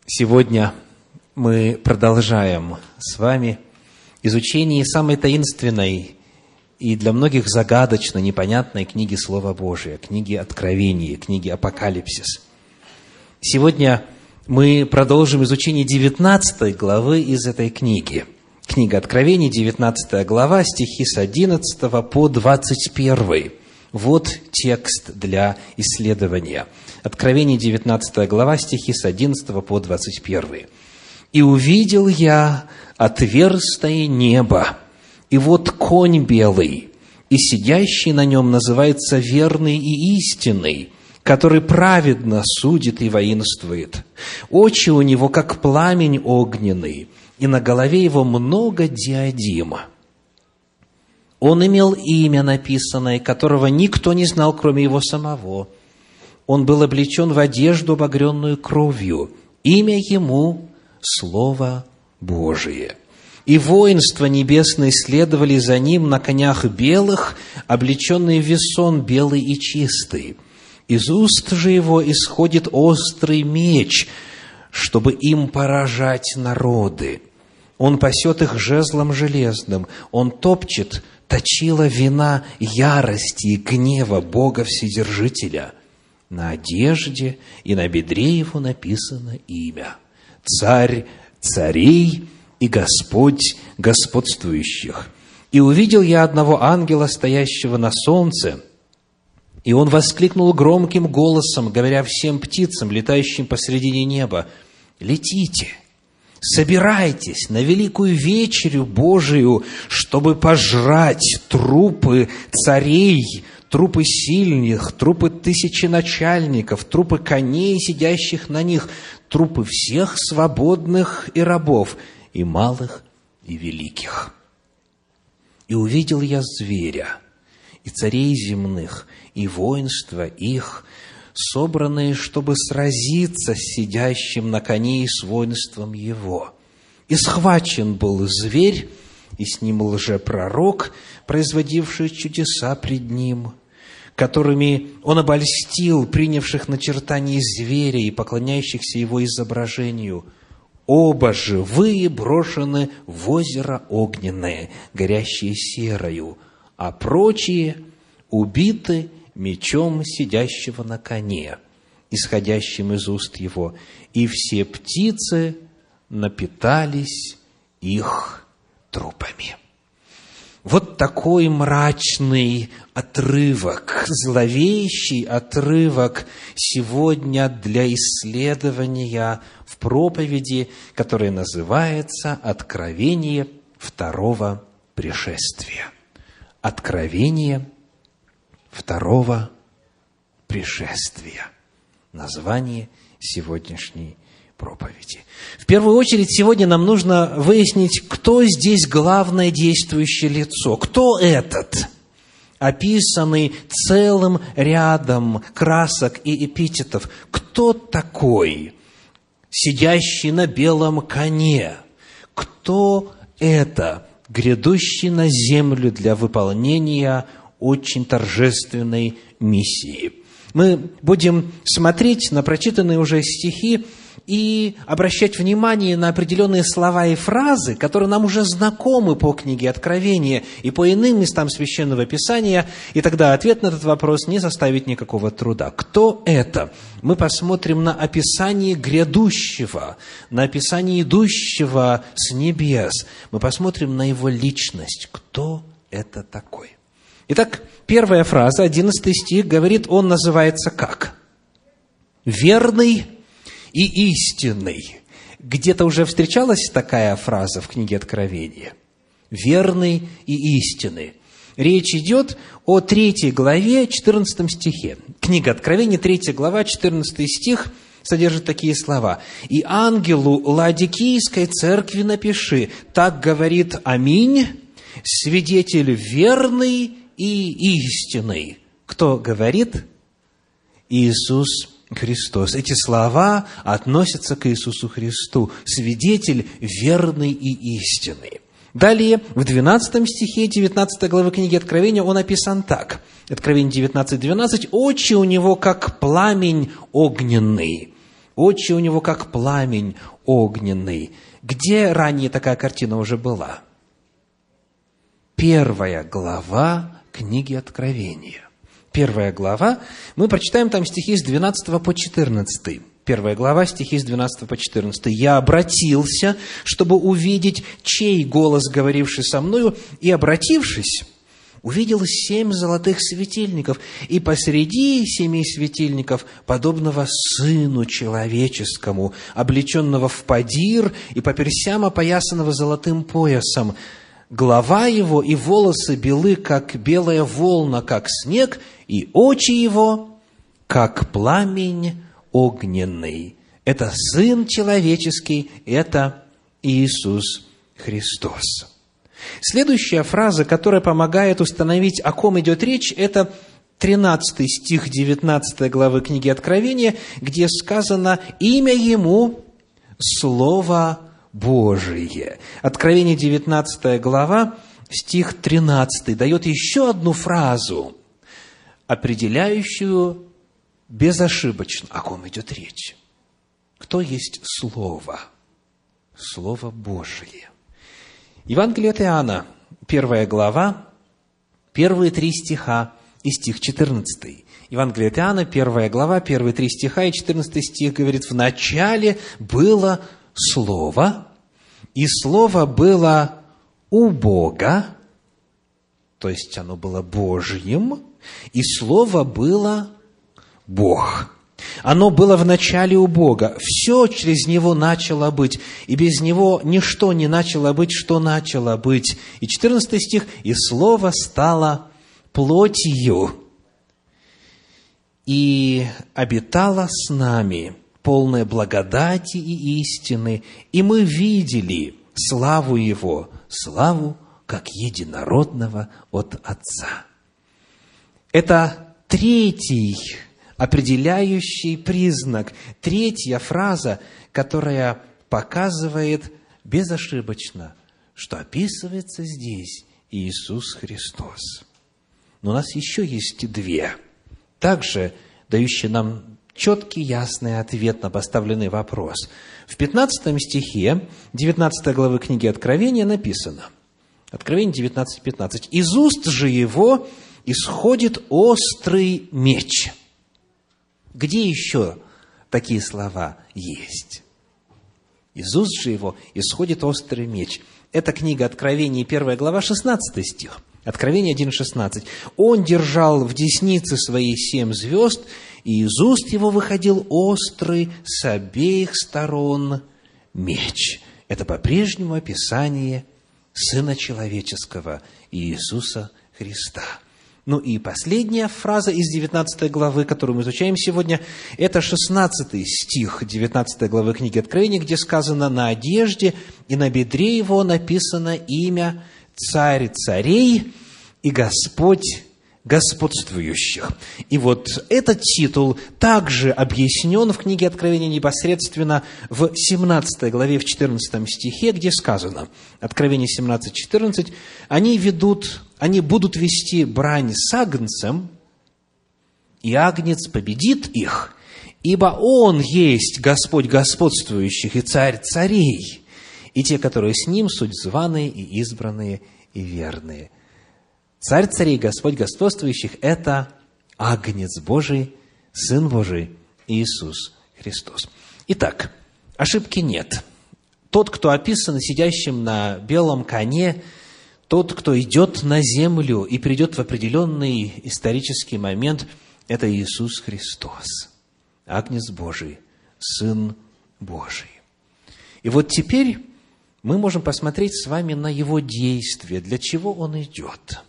Сегодня мы продолжаем с вами изучение самой таинственной и для многих загадочно непонятной книги Слова Божия, книги Откровения, книги Апокалипсис. Сегодня мы продолжим изучение 19 главы из этой книги. Книга Откровения, 19 глава, стихи с 11 по 21. Вот текст для исследования. Откровение, 19 глава, стихи с 11 по 21. «И увидел я отверстие небо, и вот конь белый, и сидящий на нем называется верный и истинный, который праведно судит и воинствует. Очи у него, как пламень огненный, и на голове его много диадим. Он имел имя написанное, которого никто не знал, кроме его самого. Он был облечен в одежду, обогренную кровью. Имя ему – Слово Божие. И воинства небесные следовали за ним на конях белых, облеченные в весон белый и чистый. Из уст же его исходит острый меч, чтобы им поражать народы. Он пасет их жезлом железным, он топчет точила вина ярости и гнева Бога Вседержителя. На одежде и на бедре его написано имя: Царь царей и Господь господствующих. И увидел я одного ангела, стоящего на солнце, и он воскликнул громким голосом, говоря всем птицам, летающим посредине неба: летите, собирайтесь на великую вечерю Божию, чтобы пожрать трупы царей, трупы сильных, трупы тысяченачальников, трупы коней, сидящих на них, трупы всех свободных и рабов, и малых, и великих. И увидел я зверя, и царей земных, и воинства их, собранные, чтобы сразиться с сидящим на коне и с воинством его. И схвачен был зверь, и с ним лжепророк, производивший чудеса пред ним, которыми он обольстил принявших начертание зверя и поклоняющихся его изображению. Оба живые брошены в озеро огненное, горящее серою, а прочие убиты мечом сидящего на коне, исходящим из уст его, и все птицы напитались их трупами». Вот такой мрачный отрывок, зловещий отрывок сегодня для исследования в проповеди, которая называется «Откровение второго пришествия». Откровение второго пришествия. Название сегодняшней проповеди. В первую очередь, сегодня нам нужно выяснить, кто здесь главное действующее лицо. Кто этот, описанный целым рядом красок и эпитетов? Кто такой, сидящий на белом коне? Кто это, грядущий на землю для выполнения очень торжественной миссии? Мы будем смотреть на прочитанные уже стихи и обращать внимание на определенные слова и фразы, которые нам уже знакомы по книге Откровения и по иным местам Священного Писания, и тогда ответ на этот вопрос не составит никакого труда. Кто это? Мы посмотрим на описание грядущего, на описание идущего с небес. Мы посмотрим на его личность. Кто это такой? Итак, первая фраза, 11 стих, говорит, он называется как? Верный и истинный. Где-то уже встречалась такая фраза в книге Откровения? Верный и истинный. Речь идет о 3 главе, 14 стихе. Книга Откровения, 3 глава, 14 стих, содержит такие слова. «И ангелу Ладикийской церкви напиши, так говорит Аминь, свидетель верный и истинный». Кто говорит? Иисус Христос. Эти слова относятся к Иисусу Христу. Свидетель верный и истинный. Далее, в 12 стихе 19 главы книги Откровения он описан так. Откровение 19:12. «Очи у него, как пламень огненный». очи у него, как пламень огненный». Где ранее такая картина уже была? 1 глава книги Откровения. 1 глава, мы прочитаем там стихи с 12 по 14. 1 глава, стихи с 12 по 14. «Я обратился, чтобы увидеть, чей голос, говоривший со мною, и, обратившись, увидел 7 золотых светильников, и посреди 7 светильников подобного Сыну Человеческому, облеченного в подир и по персям опоясанного золотым поясом. Голова его и волосы белы, как белая волна, как снег, и очи его, как пламень огненный». Это Сын Человеческий, это Иисус Христос. Следующая фраза, которая помогает установить, о ком идет речь, это 13 стих 19 главы книги Откровения, где сказано «Имя Ему – Слово Божие». Откровение 19 глава, стих 13, дает еще одну фразу, определяющую безошибочно, о ком идет речь. Кто есть Слово? Слово Божие. Евангелие от Иоанна, 1 глава, первые 3 стиха и стих 14. Евангелие от Иоанна, 1 глава, первые 3 стиха и 14 стих говорит: «В начале было Слово, и Слово было у Бога», то есть оно было Божьим, и Слово было Бог. Оно было в начале у Бога. Все через Него начало быть, и без Него ничто не начало быть, что начало быть. И 14 стих: «И Слово стало плотью, и обитало с нами, полное благодати и истины, и мы видели славу Его, славу как единородного от Отца». Это третий определяющий признак, третья фраза, которая показывает безошибочно, что описывается здесь Иисус Христос. Но у нас еще есть 2, также дающие нам четкий, ясный ответ на поставленный вопрос. В 15 стихе 19 главы книги Откровения написано, Откровение 19:15: «Из уст же Его исходит острый меч». Где еще такие слова есть? Из уст же Его исходит острый меч. Это книга Откровения, 1 глава, 16 стих. Откровение 1:16. «Он держал в деснице своей 7 звезд, и из уст Его выходил острый с обеих сторон меч». Это по-прежнему описание Сына Человеческого, Иисуса Христа. Ну и последняя фраза из 19 главы, которую мы изучаем сегодня, это 16 стих 19 главы книги Откровения, где сказано: «На одежде и на бедре Его написано имя Царь царей и Господь господствующих». И вот этот титул также объяснен в книге Откровения непосредственно в 17 главе, в 14 стихе, где сказано, Откровение 17:14, они будут вести брань с Агнцем, и Агнец победит их, ибо Он есть Господь господствующих и Царь царей, и те, которые с Ним, суть званые и избранные и верные». Царь царей, Господь господствующих – это Агнец Божий, Сын Божий, Иисус Христос. Итак, ошибки нет. Тот, кто описан сидящим на белом коне, тот, кто идет на землю и придет в определенный исторический момент, это Иисус Христос, Агнец Божий, Сын Божий. И вот теперь мы можем посмотреть с вами на Его действие, для чего Он идет.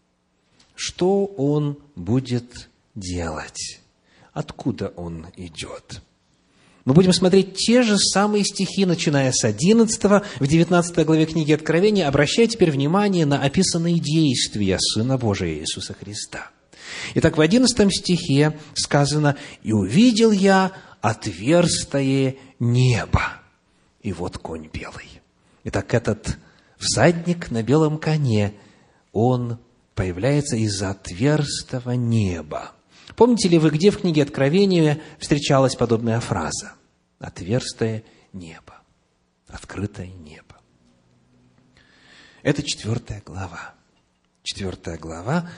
Что Он будет делать? Откуда Он идет? Мы будем смотреть те же самые стихи, начиная с 11 в 19 главе книги Откровения. Обращая теперь внимание на описанные действия Сына Божия Иисуса Христа. Итак, в 11 стихе сказано: «И увидел я отверстие неба, и вот конь белый». Итак, этот всадник на белом коне, он появляется из отверстого неба. Помните ли вы, где в книге Откровения встречалась подобная фраза? отверстое небо, открытое небо. Это 4 глава. 4 глава,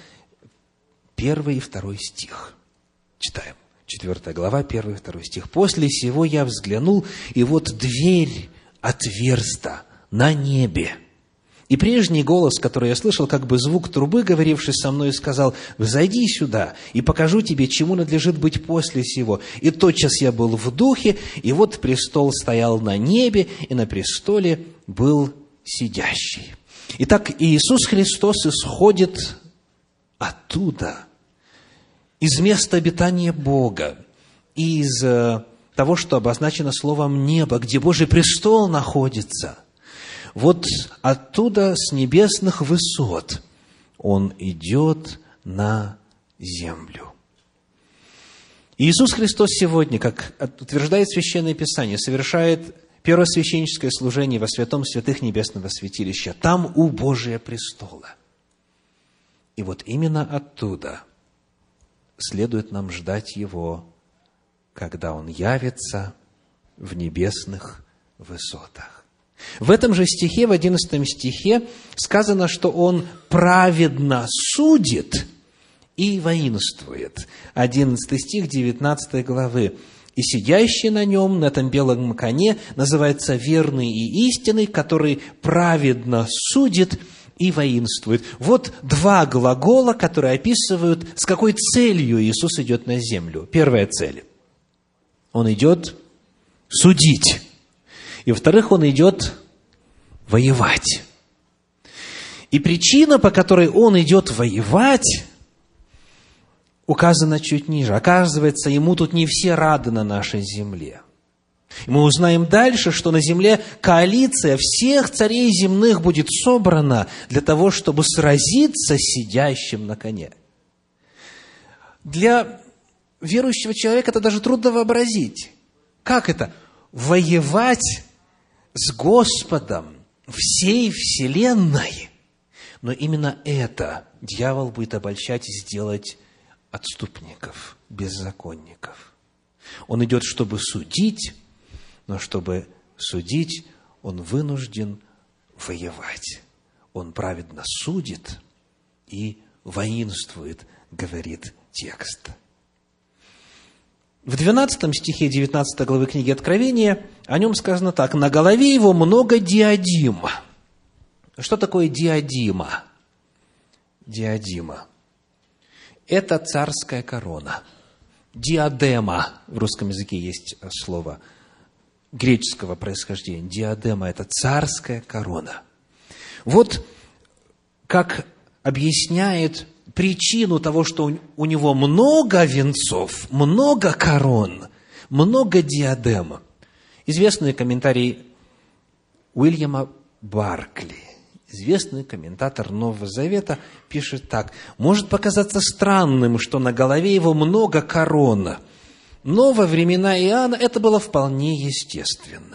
1 и 2 стих. Читаем. 4 глава, 1 и 2 стих. «После сего я взглянул, и вот дверь отверста на небе. И прежний голос, который я слышал, как бы звук трубы, говоривший со мной, сказал: взойди сюда, и покажу тебе, чему надлежит быть после сего. И тотчас я был в духе, и вот престол стоял на небе, и на престоле был сидящий». Итак, Иисус Христос исходит оттуда, из места обитания Бога, из того, что обозначено словом «небо», где Божий престол находится. Вот оттуда, с небесных высот, Он идет на землю. Иисус Христос сегодня, как утверждает Священное Писание, совершает первосвященническое служение во святом святых небесного святилища, там у Божия престола. И вот именно оттуда следует нам ждать Его, когда Он явится в небесных высотах. В этом же стихе, в 11 стихе, сказано, что Он праведно судит и воинствует. 11 стих 19 главы. «И сидящий на нем, на этом белом коне, называется верный и истинный, который праведно судит и воинствует». Вот два глагола, которые описывают, с какой целью Иисус идет на землю. Первая цель. Он идет судить. И, во-вторых, Он идет воевать. И причина, по которой Он идет воевать, указана чуть ниже. Оказывается, Ему тут не все рады на нашей земле. И мы узнаем дальше, что на земле коалиция всех царей земных будет собрана для того, чтобы сразиться с сидящим на коне. Для верующего человека это даже трудно вообразить. Как это? Воевать с Господом всей вселенной. Но именно это дьявол будет обольщать и сделать отступников, беззаконников. Он идет, чтобы судить, но чтобы судить, он вынужден воевать. Он праведно судит и воинствует, говорит текст. В 12 стихе 19 главы книги Откровения о нем сказано так: «На голове его много диадим». Что такое диадима? Диадима – это царская корона. Диадема, в русском языке есть слово греческого происхождения. Диадема – это царская корона. Вот как объясняет причину того, что у него много венцов, много корон, много диадем. Известный комментарий Уильяма Баркли, известный комментатор Нового Завета, пишет так: «Может показаться странным, что на голове его много корон, но во времена Иоанна это было вполне естественно.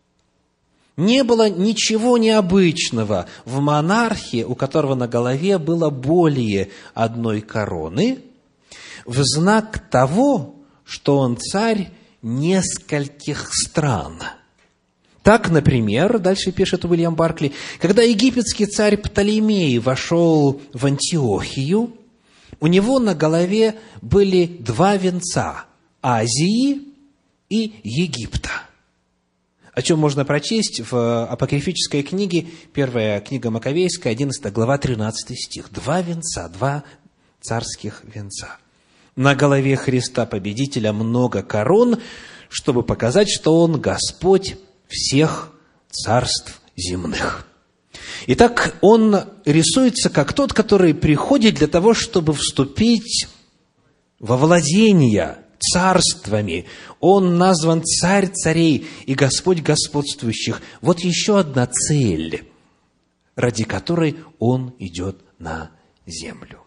Не было ничего необычного в монархе, у которого на голове было более одной короны, в знак того, что он царь нескольких стран». Так, например, дальше пишет Уильям Баркли, когда египетский царь Птолемей вошел в Антиохию, у него на голове были два венца – Азии и Египта. О чем можно прочесть в апокрифической книге, первая книга Маковейская, 11 глава, 13 стих. Два венца, два царских венца. На голове Христа Победителя много корон, чтобы показать, что Он Господь всех царств земных. Итак, Он рисуется как тот, который приходит для того, чтобы вступить во владение царствами. Он назван Царь царей и Господь господствующих. Вот еще одна цель, ради которой Он идет на землю.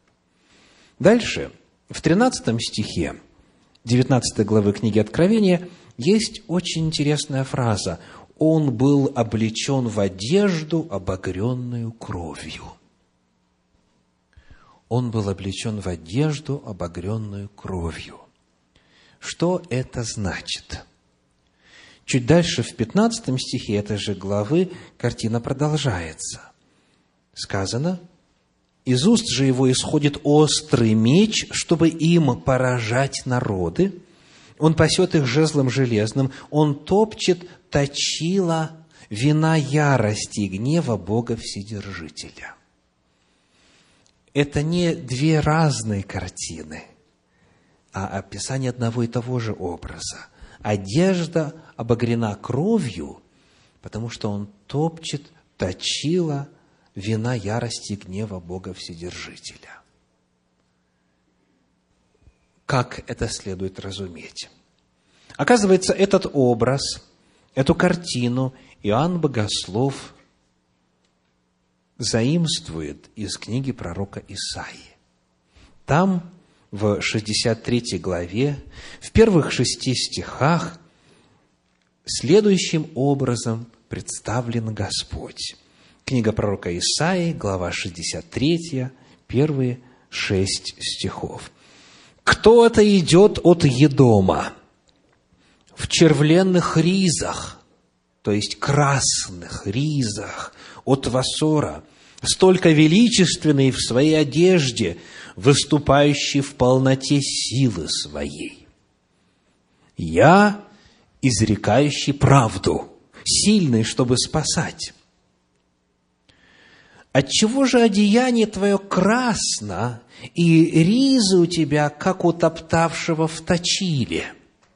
Дальше, в 13 стихе 19 главы книги Откровения есть очень интересная фраза: «Он был облечен в одежду, обогренную кровью». Он был облечен в одежду, обогренную кровью. Что это значит? Чуть дальше, в 15 стихе этой же главы, картина продолжается. Сказано: «Из уст же его исходит острый меч, чтобы им поражать народы. Он пасет их жезлом железным, он топчет точила вина ярости и гнева Бога Вседержителя». Это не две разные картины, а описание одного и того же образа. Одежда обогрена кровью, потому что он топчет точила вина ярости и гнева Бога Вседержителя. Как это следует разуметь? Оказывается, этот образ, эту картину Иоанн Богослов заимствует из книги пророка Исаии. Там, в 63 главе, в первых 6 стихах, следующим образом представлен Господь. Книга пророка Исаии, глава 63, первые 6 стихов. «Кто-то идет от Едома в червленных ризах», то есть красных ризах, от Васора, столько величественный в своей одежде, выступающий в полноте силы своей. Я, изрекающий правду, сильный, чтобы спасать. Отчего же одеяние твое красно, и ризы у тебя, как у топтавшего в точиле?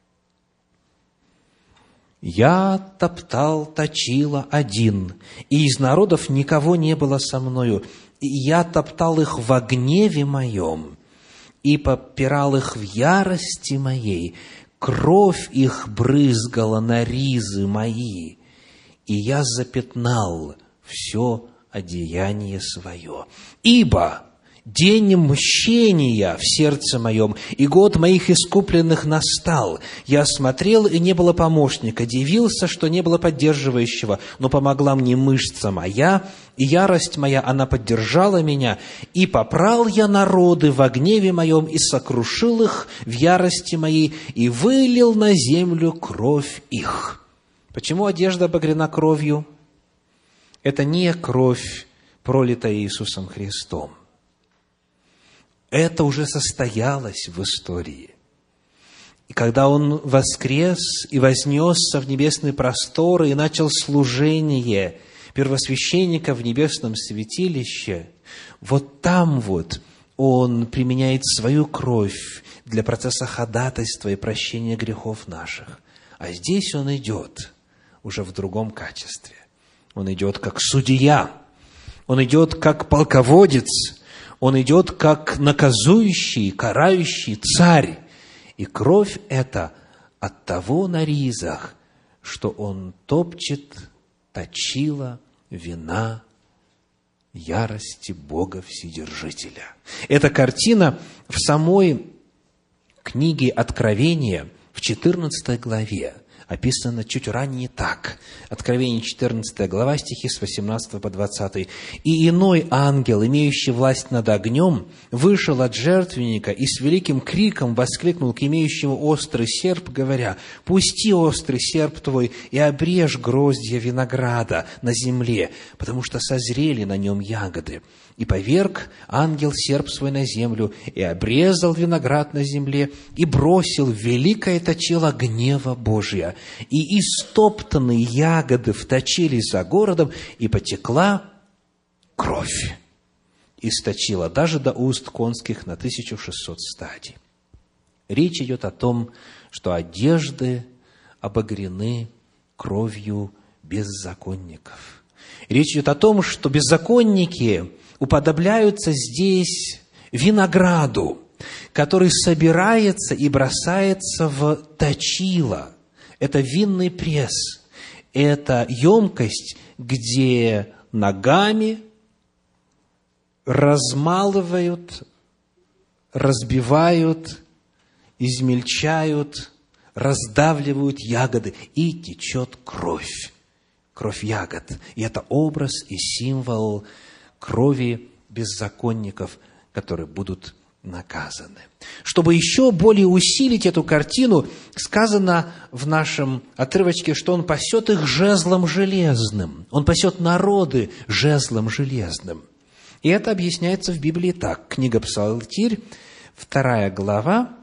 Я топтал точила один, и из народов никого не было со мною. И я топтал их во гневе моем, и попирал их в ярости моей. Кровь их брызгала на ризы мои, и я запятнал все одеяние свое. Ибо день мщения в сердце моем, и год моих искупленных настал. Я смотрел, и не было помощника, дивился, что не было поддерживающего, но помогла мне мышца моя, и ярость моя, она поддержала меня, и попрал я народы во гневе моем, и сокрушил их в ярости моей, и вылил на землю кровь их». Почему одежда обогрена кровью? Это не кровь, пролитая Иисусом Христом. Это уже состоялось в истории. И когда Он воскрес и вознесся в небесные просторы и начал служение первосвященника в небесном святилище, вот там вот Он применяет свою кровь для процесса ходатайства и прощения грехов наших. А здесь Он идет уже в другом качестве. Он идет как судья, Он идет как полководец, Он идет как наказующий, карающий царь. И кровь эта от того на ризах, что Он топчет точила вина ярости Бога Вседержителя. Эта картина в самой книге Откровения, в 14 главе, описано чуть ранее так. Откровение 14 глава, стихи с 18 по 20. «И иной ангел, имеющий власть над огнем, вышел от жертвенника и с великим криком воскликнул к имеющему острый серп, говоря: пусти острый серп твой и обрежь гроздья винограда на земле, потому что созрели на нем ягоды. И поверг ангел серп свой на землю, и обрезал виноград на земле, и бросил в великое точило гнева Божия. И истоптанные ягоды вточили за городом, и потекла кровь. Источила даже до уст конских на 1600 стадий». Речь идет о том, что одежды обогрены кровью беззаконников. Речь идет о том, что беззаконники уподобляются здесь винограду, который собирается и бросается в точило. Это винный пресс, это емкость, где ногами размалывают, разбивают, измельчают, раздавливают ягоды, и течет кровь, кровь ягод. И это образ и символ крови беззаконников, которые будут наказаны. Чтобы еще более усилить эту картину, сказано в нашем отрывочке, что Он пасет их жезлом железным. Он пасет народы жезлом железным. И это объясняется в Библии так. Книга Псалтирь, 2 глава,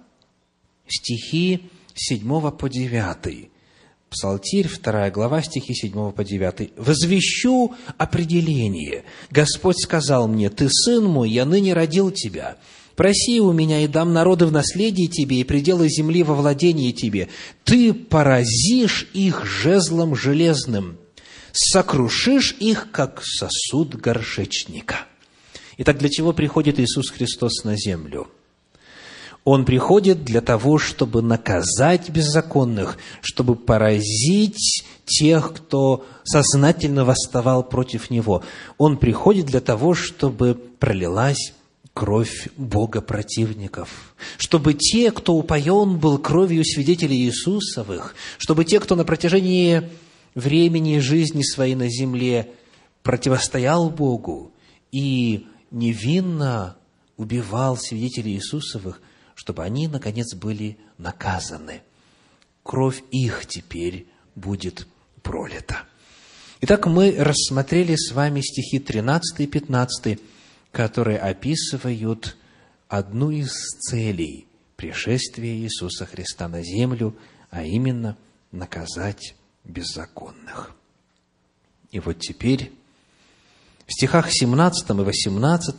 стихи 7 по 9. Псалтирь, 2 глава, стихи 7 по 9. «Возвещу определение. Господь сказал мне: Ты, сын мой, я ныне родил тебя. Проси у меня, и дам народы в наследие тебе, и пределы земли во владение тебе. Ты поразишь их жезлом железным, сокрушишь их, как сосуд горшечника». Итак, для чего приходит Иисус Христос на землю? Он приходит для того, чтобы наказать беззаконных, чтобы поразить тех, кто сознательно восставал против Него. Он приходит для того, чтобы пролилась кровь Бога противников, чтобы те, кто упоен был кровью свидетелей Иисусовых, чтобы те, кто на протяжении времени жизни своей на земле противостоял Богу и невинно убивал свидетелей Иисусовых, чтобы они, наконец, были наказаны. Кровь их теперь будет пролита. Итак, мы рассмотрели с вами стихи 13 и 15, которые описывают одну из целей пришествия Иисуса Христа на землю, а именно наказать беззаконных. И вот теперь в стихах 17 и 18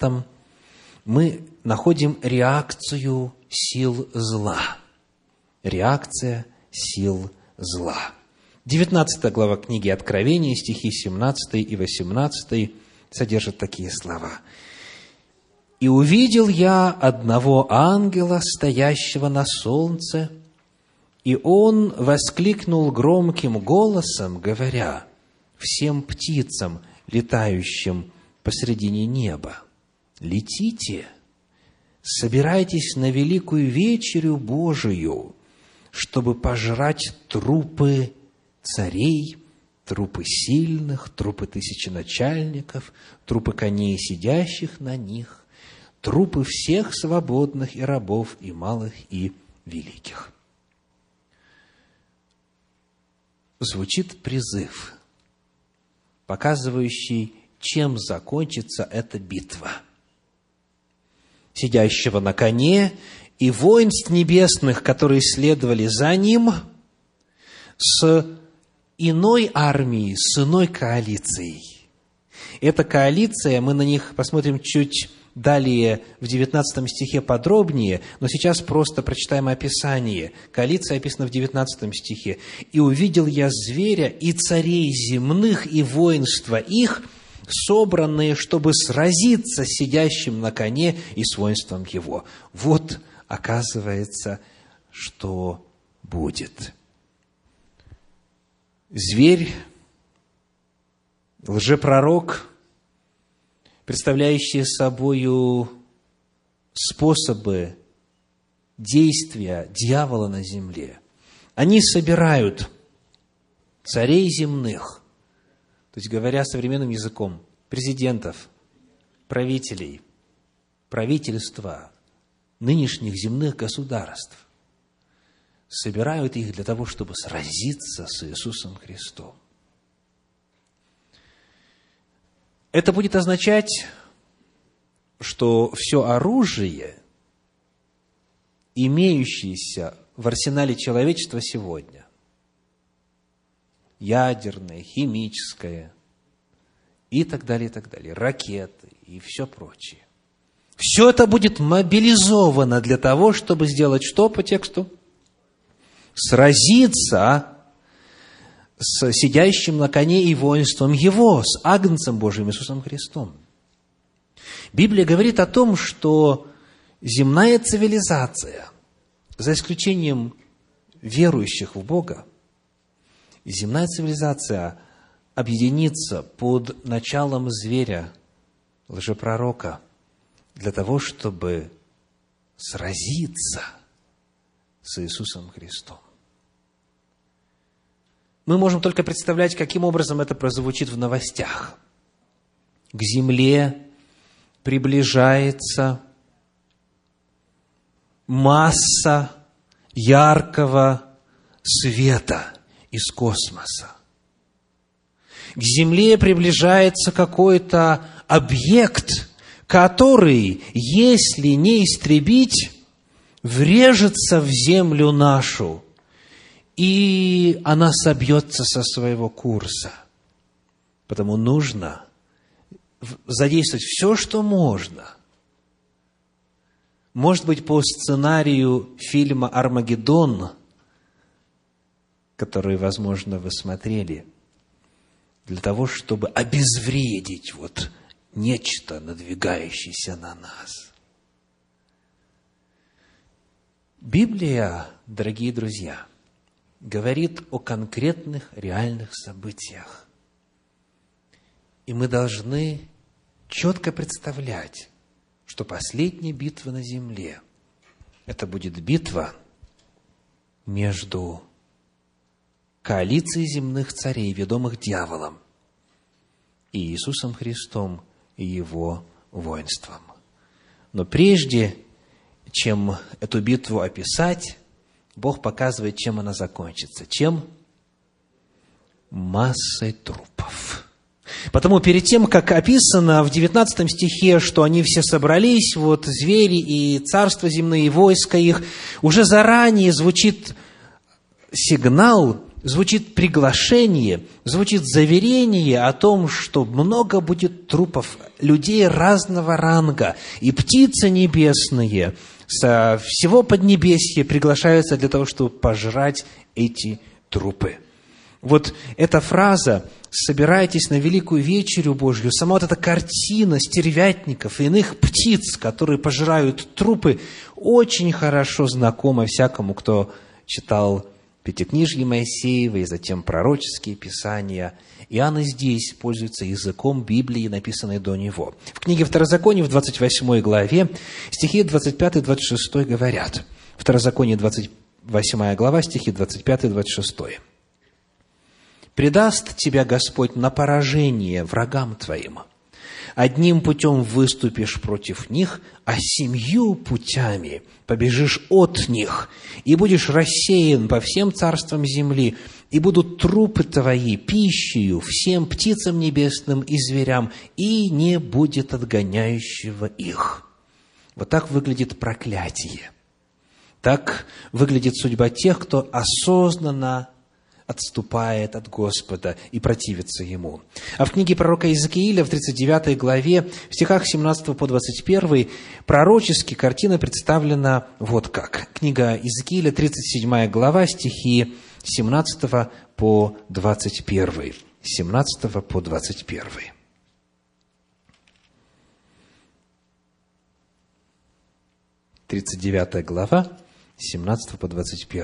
мы находим реакцию сил зла. Реакция сил зла. 19 глава книги Откровения, стихи 17 и 18 содержат такие слова. «И увидел я одного ангела, стоящего на солнце, и он воскликнул громким голосом, говоря всем птицам, летающим посредине неба: летите, собирайтесь на великую вечерю Божию, чтобы пожрать трупы царей, трупы сильных, трупы тысяченачальников, трупы коней, сидящих на них, трупы всех свободных и рабов, и малых, и великих». Звучит призыв, показывающий, чем закончится эта битва. Сидящего на коне и воинств небесных, которые следовали за ним, с иной армией, с иной коалицией. Эта коалиция, мы на них посмотрим чуть далее в 19 стихе подробнее, но сейчас просто прочитаем описание. Коалиция описана в 19 стихе. «И увидел я зверя и царей земных, и воинства их, собранные, чтобы сразиться с сидящим на коне и с воинством его». Вот, оказывается, что будет. Зверь, лжепророк, представляющие собою способы действия дьявола на земле, они собирают царей земных, то есть, говоря современным языком, президентов, правителей, правительства нынешних земных государств, собирают их для того, чтобы сразиться с Иисусом Христом. Это будет означать, что все оружие, имеющееся в арсенале человечества сегодня, ядерное, химическое и так далее, ракеты и все прочее, все это будет мобилизовано для того, чтобы сделать что по тексту? Сразиться с сидящим на коне и воинством его, с Агнцем Божиим Иисусом Христом. Библия говорит о том, что земная цивилизация, за исключением верующих в Бога, земная цивилизация объединится под началом зверя, лжепророка, для того, чтобы сразиться с Иисусом Христом. Мы можем только представлять, каким образом это прозвучит в новостях. К земле приближается масса яркого света из космоса. К Земле приближается какой-то объект, который, если не истребить, врежется в землю нашу, и она собьется со своего курса. Потому нужно задействовать все, что можно. Может быть, по сценарию фильма «Армагеддон», который, возможно, вы смотрели, для того, чтобы обезвредить нечто, надвигающееся на нас. Библия, дорогие друзья, говорит о конкретных, реальных событиях. И мы должны четко представлять, что последняя битва на земле – это будет битва между коалицией земных царей, ведомых дьяволом, и Иисусом Христом и Его воинством. Но прежде чем эту битву описать, Бог показывает, чем она закончится. Чем? Массой трупов. Потому перед тем, как описано в 19 стихе, что они все собрались, звери и царства земные, и войска их, уже заранее звучит сигнал, звучит приглашение, звучит заверение о том, что много будет трупов людей разного ранга, и птицы небесные со всего Поднебесья приглашаются для того, чтобы пожрать эти трупы. Эта фраза «собирайтесь на великую вечерю Божью», сама эта картина стервятников и иных птиц, которые пожирают трупы, очень хорошо знакома всякому, кто читал Пятикнижье Моисеева и затем пророческие писания. Иоанн здесь пользуется языком Библии, написанной до него. В книге Второзакония, в 28 главе, стихи 25-26 говорят. Второзаконие, 28 глава, стихи 25-26. «Предаст тебя Господь на поражение врагам твоим. Одним путем выступишь против них, а 7 путями побежишь от них, и будешь рассеян по всем царствам земли, и будут трупы твои пищею всем птицам небесным и зверям, и не будет отгоняющего их». Так выглядит проклятие. Так выглядит судьба тех, кто осознанно отступает от Господа и противится Ему. А в книге пророка Иезекииля, в 39 главе, в стихах 17 по 21, пророчески картина представлена как. Книга Иезекииля, 37 глава, стихи 17 по 21. 17 по 21. Тридцать 39 глава, 17 по 21.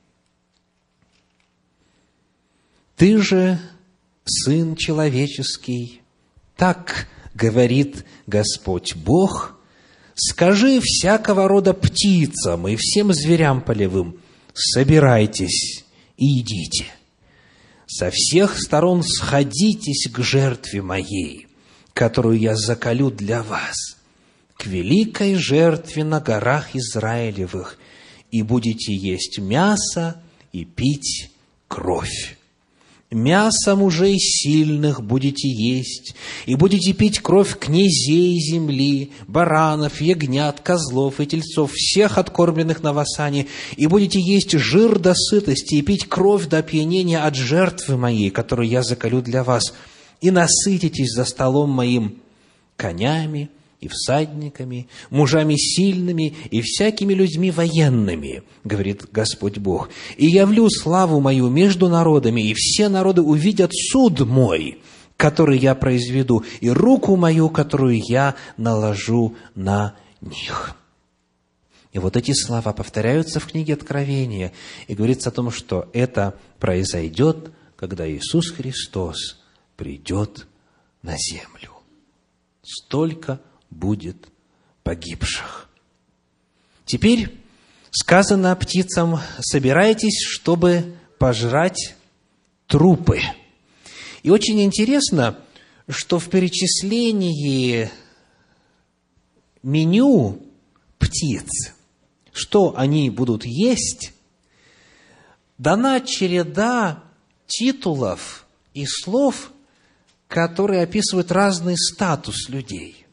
«Ты же, Сын человеческий, так говорит Господь Бог, скажи всякого рода птицам и всем зверям полевым: собирайтесь и идите. Со всех сторон сходитесь к жертве моей, которую я заколю для вас, к великой жертве на горах Израилевых, и будете есть мясо и пить кровь. Мясо мужей сильных будете есть, и будете пить кровь князей земли, баранов, ягнят, козлов и тельцов, всех откормленных на васане, и будете есть жир до сытости, и пить кровь до опьянения от жертвы моей, которую я заколю для вас, и насытитесь за столом моим конями и всадниками, мужами сильными и всякими людьми военными, говорит Господь Бог. И явлю славу мою между народами, и все народы увидят суд мой, который я произведу, и руку мою, которую я наложу на них». И эти слова повторяются в книге Откровения, и говорится о том, что это произойдет, когда Иисус Христос придет на землю. Столько будет погибших. Теперь сказано птицам: собирайтесь, чтобы пожрать трупы. И очень интересно, что в перечислении меню птиц что они будут есть, дана череда титулов и слов, которые описывают разный статус людей.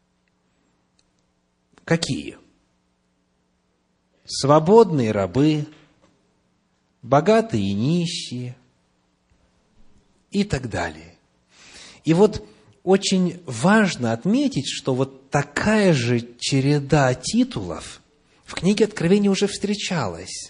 Какие? Свободные рабы, богатые и нищие и так далее. И вот очень важно отметить, что вот такая же череда титулов в книге Откровения уже встречалась.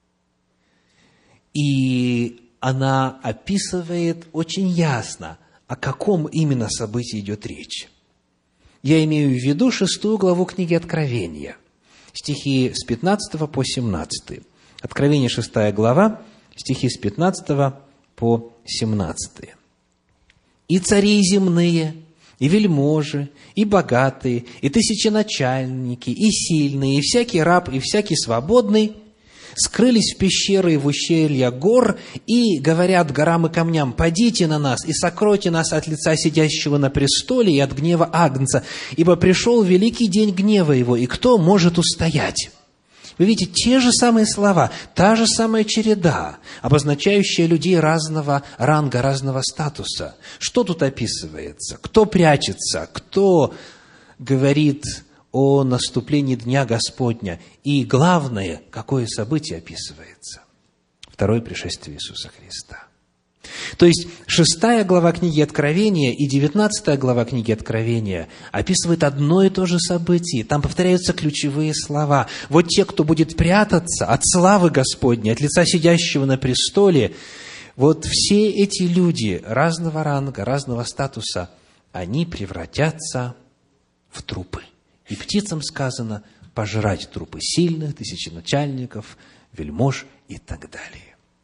И она описывает очень ясно, о каком именно событии идет речь. Я имею в виду 6 главу книги Откровения, стихи с 15 по 17. Откровение 6 глава, стихи с 15 по 17. «И цари земные, и вельможи, и богатые, и тысяченачальники, и сильные, и всякий раб, и всякий свободный скрылись в пещеры и в ущелья гор, и говорят горам и камням: падите на нас и сокройте нас от лица сидящего на престоле и от гнева Агнца, ибо пришел великий день гнева его, и кто может устоять?» Вы видите, те же самые слова, та же самая череда, обозначающая людей разного ранга, разного статуса. Что тут описывается? Кто прячется? Кто говорит о наступлении Дня Господня? И главное, какое событие описывается? Второе пришествие Иисуса Христа. То есть 6 глава книги Откровения и 19 глава книги Откровения описывают одно и то же событие. Там повторяются ключевые слова. Вот те, кто будет прятаться от славы Господней, от лица сидящего на престоле, вот все эти люди разного ранга, разного статуса, они превратятся в трупы. И птицам сказано пожрать трупы сильных, тысяченачальников, вельмож и так далее.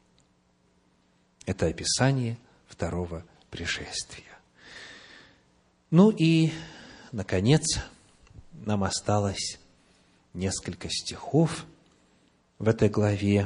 Это описание второго пришествия. Ну и, наконец, нам осталось несколько стихов в этой главе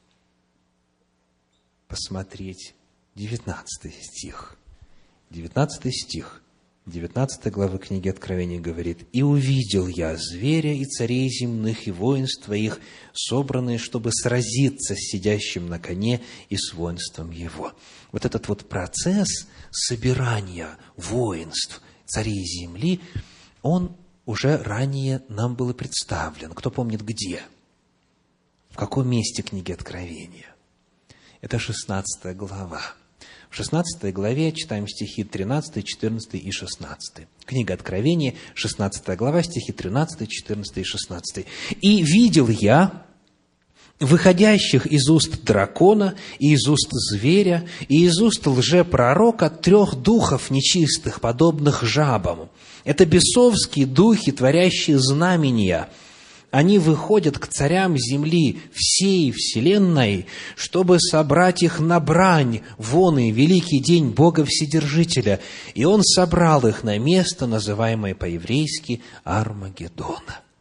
посмотреть. 19 стих. 19 стих 19 главы книги Откровения говорит: «И увидел я зверя и царей земных, и воинства их, собранные, чтобы сразиться с сидящим на коне и с воинством его». Вот этот вот процесс собирания воинств царей земли, он уже ранее нам был представлен. Кто помнит, где? В каком месте книги Откровения? Это 16 глава. В 16 главе читаем стихи 13, 14 и 16. Книга Откровения, 16 глава, стихи 13, 14 и 16. «И видел я выходящих из уст дракона, и из уст зверя, и из уст лжепророка 3 духов нечистых, подобных жабам. Это бесовские духи, творящие знамения. Они выходят к царям земли всей вселенной, чтобы собрать их на брань вон и великий день Бога Вседержителя. И Он собрал их на место, называемое по-еврейски Армагеддон».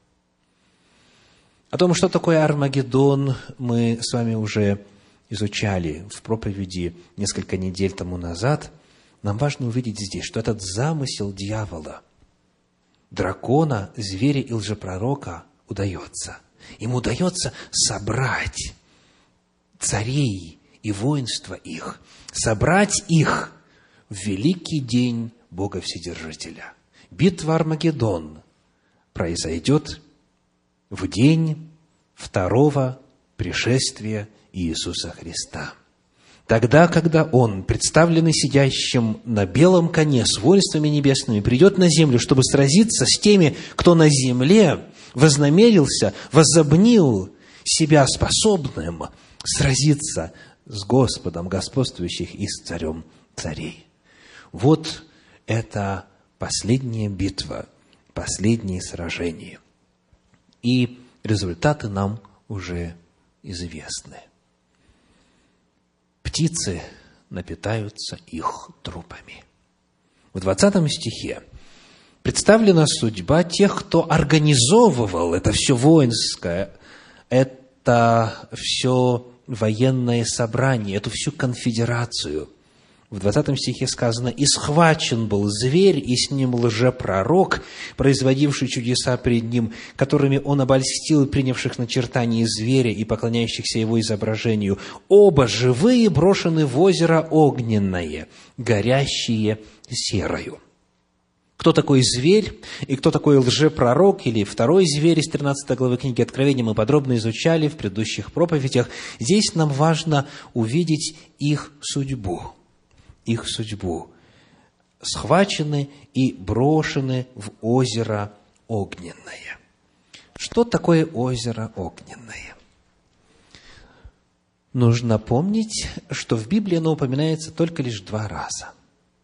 О том, что такое Армагеддон, мы с вами уже изучали в проповеди несколько недель тому назад. Нам важно увидеть здесь, что этот замысел дьявола, дракона, зверя и лжепророка, удается. Ему удается собрать царей и воинства их, собрать их в великий день Бога Вседержителя. Битва Армагеддон произойдет в день второго пришествия Иисуса Христа. Тогда, когда Он, представленный сидящим на белом коне с воинствами небесными, придет на землю, чтобы сразиться с теми, кто на земле вознамерился, возобнил себя способным сразиться с Господом господствующих и с Царем царей. Вот это последняя битва, последние сражения. И результаты нам уже известны. Птицы напитаются их трупами. В 20 стихе представлена судьба тех, кто организовывал это все воинское, это все военное собрание, эту всю конфедерацию. В 20 стихе сказано: «И схвачен был зверь, и с ним лжепророк, производивший чудеса пред ним, которыми он обольстил принявших начертание зверя и поклоняющихся его изображению. Оба живые брошены в озеро огненное, горящее серою». Кто такой зверь и кто такой лжепророк или второй зверь из 13 главы книги Откровения мы подробно изучали в предыдущих проповедях. Здесь нам важно увидеть их судьбу. Их судьбу. Схвачены и брошены в озеро огненное. Что такое озеро огненное? Нужно помнить, что в Библии оно упоминается только лишь 2 раза.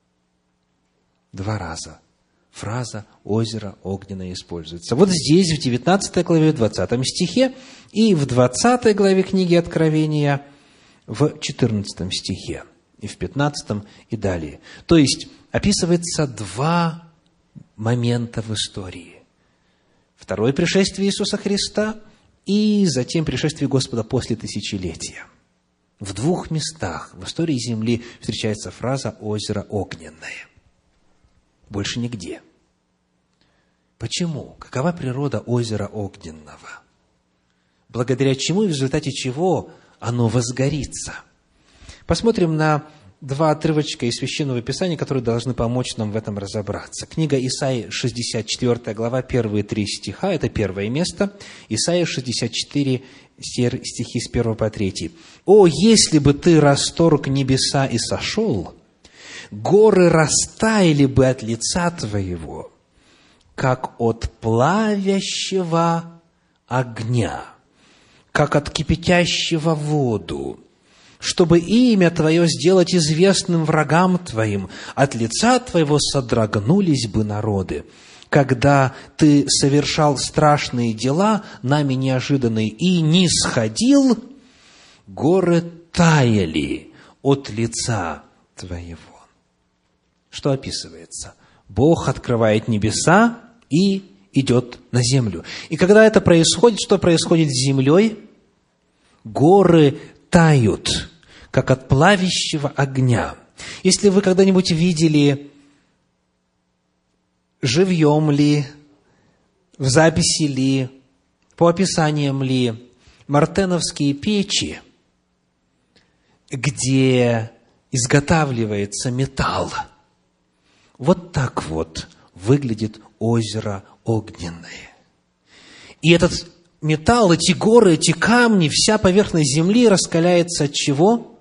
2 раза. Фраза «озеро огненное» используется. Вот здесь, в 19 главе, в 20 стихе, и в 20 главе книги Откровения, в 14 стихе, и в 15 и далее. То есть, описывается 2 момента в истории. Второе пришествие Иисуса Христа и затем пришествие Господа после тысячелетия. В 2 местах в истории Земли встречается фраза «озеро огненное». Больше нигде. Почему? Какова природа озера огненного? Благодаря чему и в результате чего оно возгорится? Посмотрим на 2 отрывочка из Священного Писания, которые должны помочь нам в этом разобраться. Книга Исаии, 64 глава, первые 3 стиха, это первое место. Исаия 64, стихи с 1 по 3. «О, если бы ты расторг небеса и сошел, горы растаяли бы от лица твоего, как от плавящего огня, как от кипятящего воду, чтобы имя Твое сделать известным врагам Твоим, от лица Твоего содрогнулись бы народы. Когда Ты совершал страшные дела, нами неожиданные, и не сходил, горы таяли от лица Твоего». Что описывается? Бог открывает небеса и идет на землю. И когда это происходит, что происходит с землей? Горы тают, как от плавящего огня. Если вы когда-нибудь видели живьем ли, в записи ли, по описаниям ли, мартеновские печи, где изготавливается металл, вот так вот выглядит озеро огненное. И этот металл, эти горы, эти камни, вся поверхность земли раскаляется от чего?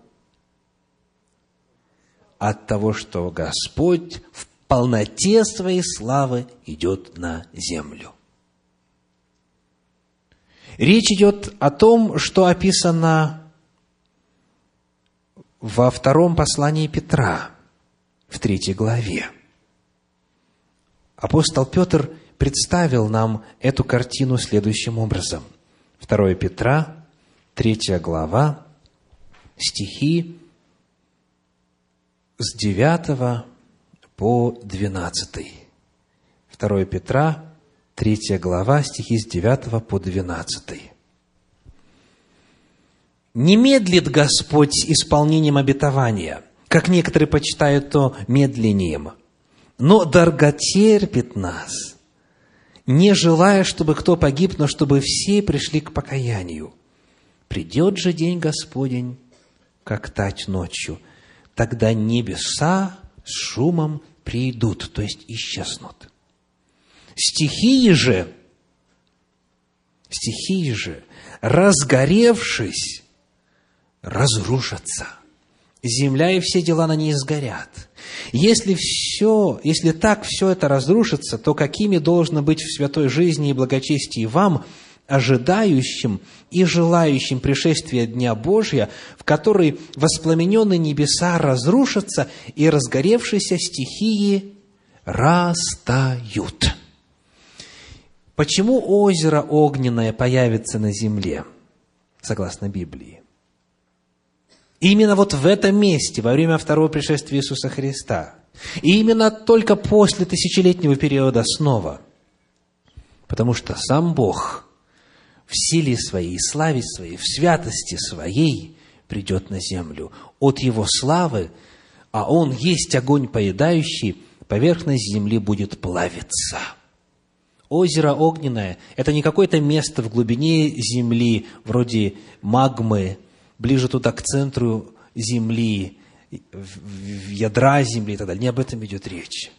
От того, что Господь в полноте своей славы идет на землю. Речь идет о том, что описано во 2 послании Петра, в 3 главе. Апостол Петр представил нам эту картину следующим образом. 2 Петра, 3 глава, стихи с 9 по 12. 2 Петра, 3 глава, стихи с 9 по 12. «Не медлит Господь с исполнением обетования, как некоторые почитают то медлением, но долготерпит нас, не желая, чтобы кто погиб, но чтобы все пришли к покаянию. Придет же день Господень, как тать ночью, тогда небеса с шумом придут», то есть исчезнут. Стихии же, разгоревшись, разрушатся. Земля и все дела на ней сгорят. Если так все это разрушится, то какими должно быть в святой жизни и благочестии вам, ожидающим и желающим пришествия Дня Божия, в который воспламененные небеса разрушатся и разгоревшиеся стихии растают. Почему озеро огненное появится на земле, согласно Библии? Именно вот в этом месте, во время второго пришествия Иисуса Христа. И именно только после тысячелетнего периода снова. Потому что сам Бог в силе своей, в славе своей, в святости своей придет на землю. От Его славы а Он есть огонь поедающий, поверхность земли будет плавиться». Озеро огненное – это не какое-то место в глубине земли, вроде магмы, ближе туда к центру земли, в ядра земли и так далее. Не об этом идет речь.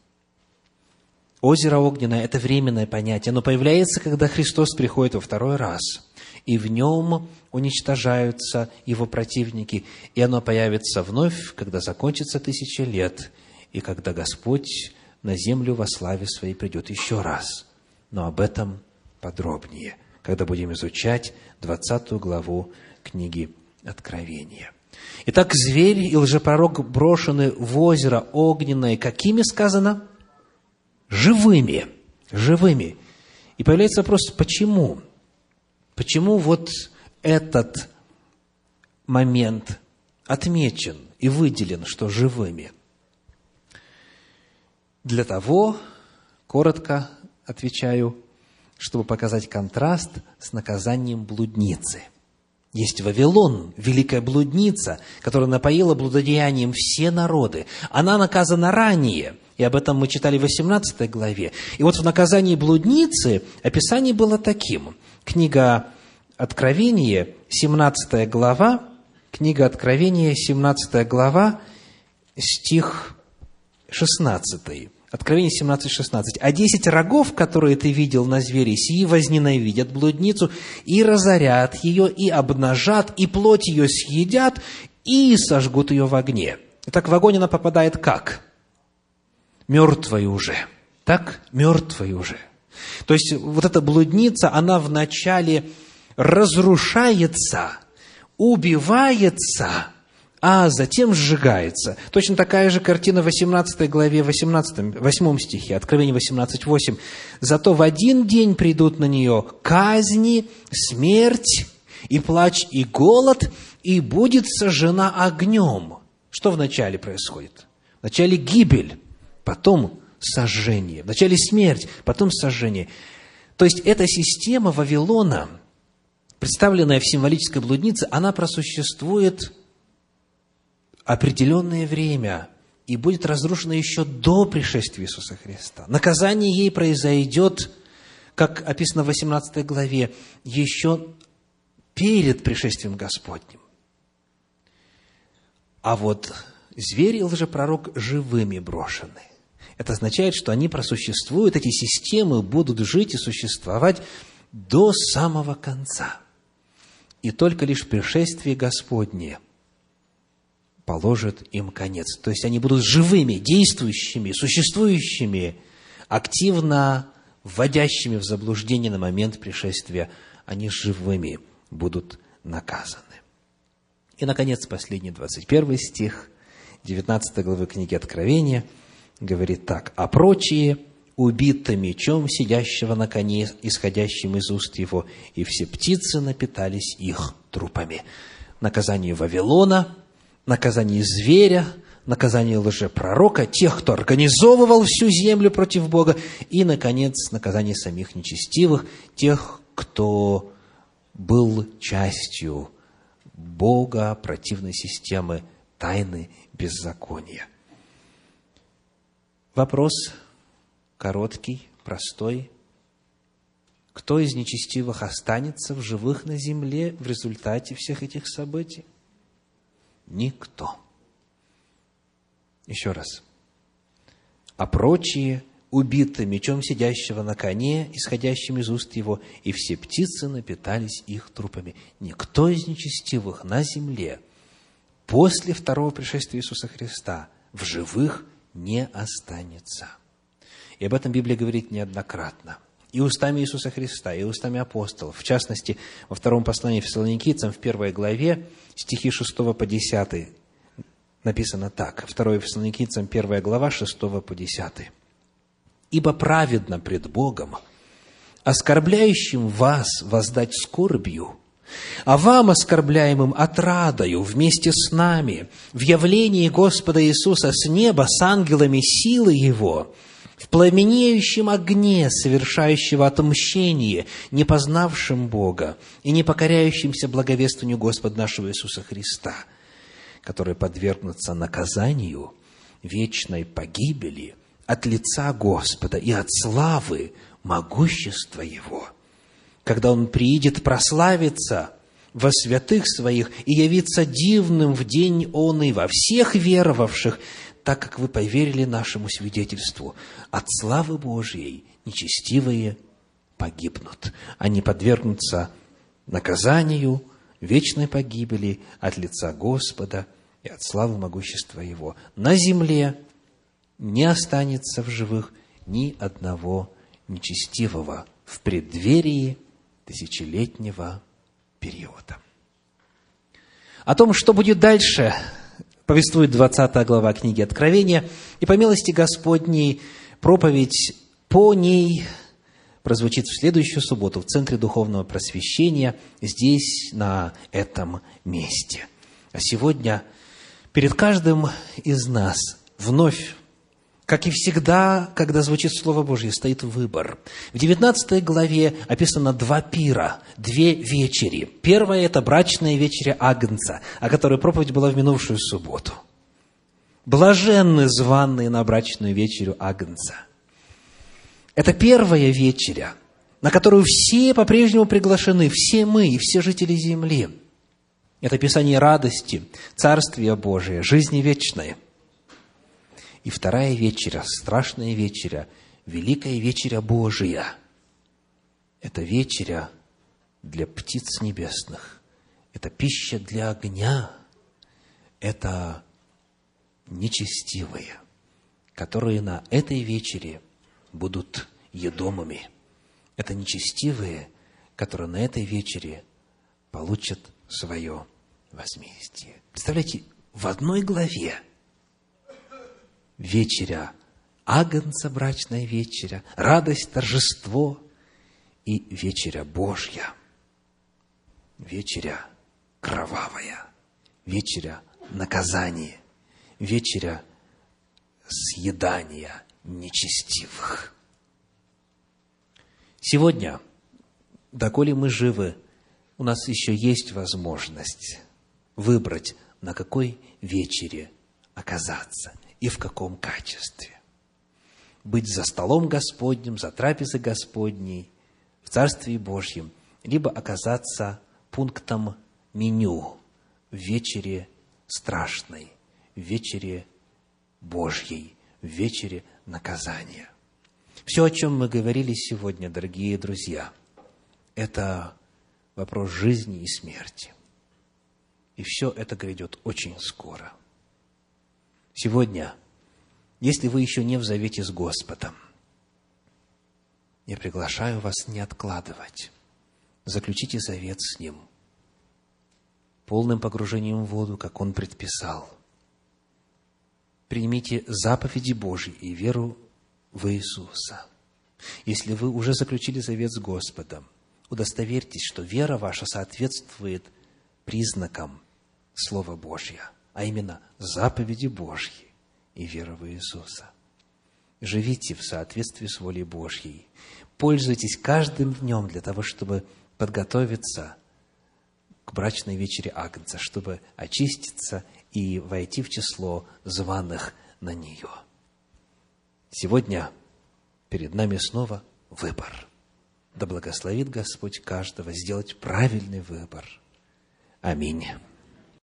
Озеро огненное – это временное понятие. Оно появляется, когда Христос приходит во второй раз, и в нем уничтожаются его противники, и оно появится вновь, когда закончится 1000 лет, и когда Господь на землю во славе Своей придет еще раз. Но об этом подробнее, когда будем изучать 20 главу книги Откровения. Итак, зверь и лжепророк брошены в озеро огненное. Какими сказано? Живыми. Живыми. И появляется вопрос, почему? Почему вот этот момент отмечен и выделен, что живыми? Для того, коротко отвечаю, чтобы показать контраст с наказанием блудницы. Есть Вавилон, великая блудница, которая напоила блудодеянием все народы. Она наказана ранее, и об этом мы читали в 18 главе. И вот в наказании блудницы описание было таким. Книга Откровения, 17 глава, книга Откровения, 17 глава, стих 16. Откровение 17:16. «А 10 рогов, которые ты видел на звере, сии возненавидят блудницу, и разорят ее, и обнажат, и плоть ее съедят, и сожгут ее в огне». Итак, в огонь она попадает как? Мертвой уже. Так? Мертвой уже. То есть, вот эта блудница, она вначале разрушается, убивается, а затем сжигается. Точно такая же картина в 18 главе, 8 стихе, Откровение 18:8. «Зато в один день придут на нее казни, смерть, и плач, и голод, и будет сожжена огнем». Что вначале происходит? Вначале гибель, потом сожжение. Вначале смерть, потом сожжение. То есть, эта система Вавилона, представленная в символической блуднице, она просуществует определенное время и будет разрушена еще до пришествия Иисуса Христа. Наказание ей произойдет, как описано в 18 главе, еще перед пришествием Господним. А вот зверь и лжепророк живыми брошены. Это означает, что они просуществуют, эти системы будут жить и существовать до самого конца. И только лишь пришествие Господне положит им конец. То есть они будут живыми, действующими, существующими, активно вводящими в заблуждение на момент пришествия. Они живыми будут наказаны. И, наконец, последний 21 стих 19 главы книги Откровения говорит так: «А прочие убиты мечом сидящего на коне, исходящим из уст его, и все птицы напитались их трупами». Наказание Вавилона, наказание зверя, наказание лжепророка, тех, кто организовывал всю землю против Бога, и, наконец, наказание самих нечестивых, тех, кто был частью Бога, противной системы тайны беззакония. Вопрос короткий, простой. Кто из нечестивых останется в живых на земле в результате всех этих событий? Никто. Еще раз. А прочие убиты мечом сидящего на коне, исходящим из уст его, и все птицы напитались их трупами. Никто из нечестивых на земле после второго пришествия Иисуса Христа в живых не останется. И об этом Библия говорит неоднократно. И устами Иисуса Христа, и устами апостолов. В частности, во втором послании Фессалоникийцам, в 1 главе, стихи 6 по 10, написано так. 2 Фессалоникийцам, 1 глава, 6 по 10. «Ибо праведно пред Богом, оскорбляющим вас воздать скорбью, а вам, оскорбляемым, отрадою вместе с нами в явлении Господа Иисуса с неба с ангелами силы Его, в пламенеющем огне, совершающего отмщение, не познавшим Бога и не покоряющимся благовествованию Господа нашего Иисуса Христа. которые подвергнутся наказанию, вечной погибели от лица Господа и от славы могущества Его, когда Он приидет прославиться во святых Своих и явиться дивным в день Он и во всех веровавших, так как вы поверили нашему свидетельству. От славы Божьей нечестивые погибнут. Они подвергнутся наказанию, вечной погибели от лица Господа и от славы могущества Его. На земле не останется в живых ни одного нечестивого в преддверии тысячелетнего периода. О том, что будет дальше, повествует 20 глава книги Откровения, и по милости Господней проповедь по ней прозвучит в следующую субботу в Центре Духовного Просвещения, здесь, на этом месте. А сегодня перед каждым из нас вновь, как и всегда, когда звучит Слово Божье, стоит выбор. В 19 главе описано 2 пира, 2 вечери. Первая – это брачная вечеря Агнца, о которой проповедь была в минувшую субботу. Блаженны званые на брачную вечерю Агнца. Это первая вечеря, на которую все по-прежнему приглашены, все мы и все жители земли. Это описание радости, Царствия Божия, жизни вечной. И вторая вечеря, страшная вечеря, великая вечеря Божия. Это вечеря для птиц небесных, это пища для огня, это нечестивые, которые на этой вечере будут едомыми. Это нечестивые, которые на этой вечере получат свое возмездие. Представляете, в одной главе вечеря Агнца, брачная вечеря, радость, торжество и вечеря Божья, вечеря кровавая, вечеря наказания, вечеря съедания нечестивых. Сегодня, доколе мы живы, у нас еще есть возможность выбрать, на какой вечере оказаться и в каком качестве. Быть за столом Господним, за трапезой Господней, в Царстве Божьем, либо оказаться пунктом меню в вечере страшной, в вечере Божьей, в вечере наказания. Все, о чем мы говорили сегодня, дорогие друзья, это вопрос жизни и смерти. И все это грядет очень скоро. Сегодня, если вы еще не в завете с Господом, я приглашаю вас не откладывать. Заключите завет с Ним полным погружением в воду, как Он предписал. Примите заповеди Божьи и веру в Иисуса. Если вы уже заключили завет с Господом, удостоверьтесь, что вера ваша соответствует признакам Слова Божьего, а именно заповеди Божьи и вера в Иисуса. Живите в соответствии с волей Божьей. Пользуйтесь каждым днем для того, чтобы подготовиться к брачной вечере Агнца, чтобы очиститься и войти в число званых на нее. Сегодня перед нами снова выбор. Да благословит Господь каждого сделать правильный выбор. Аминь.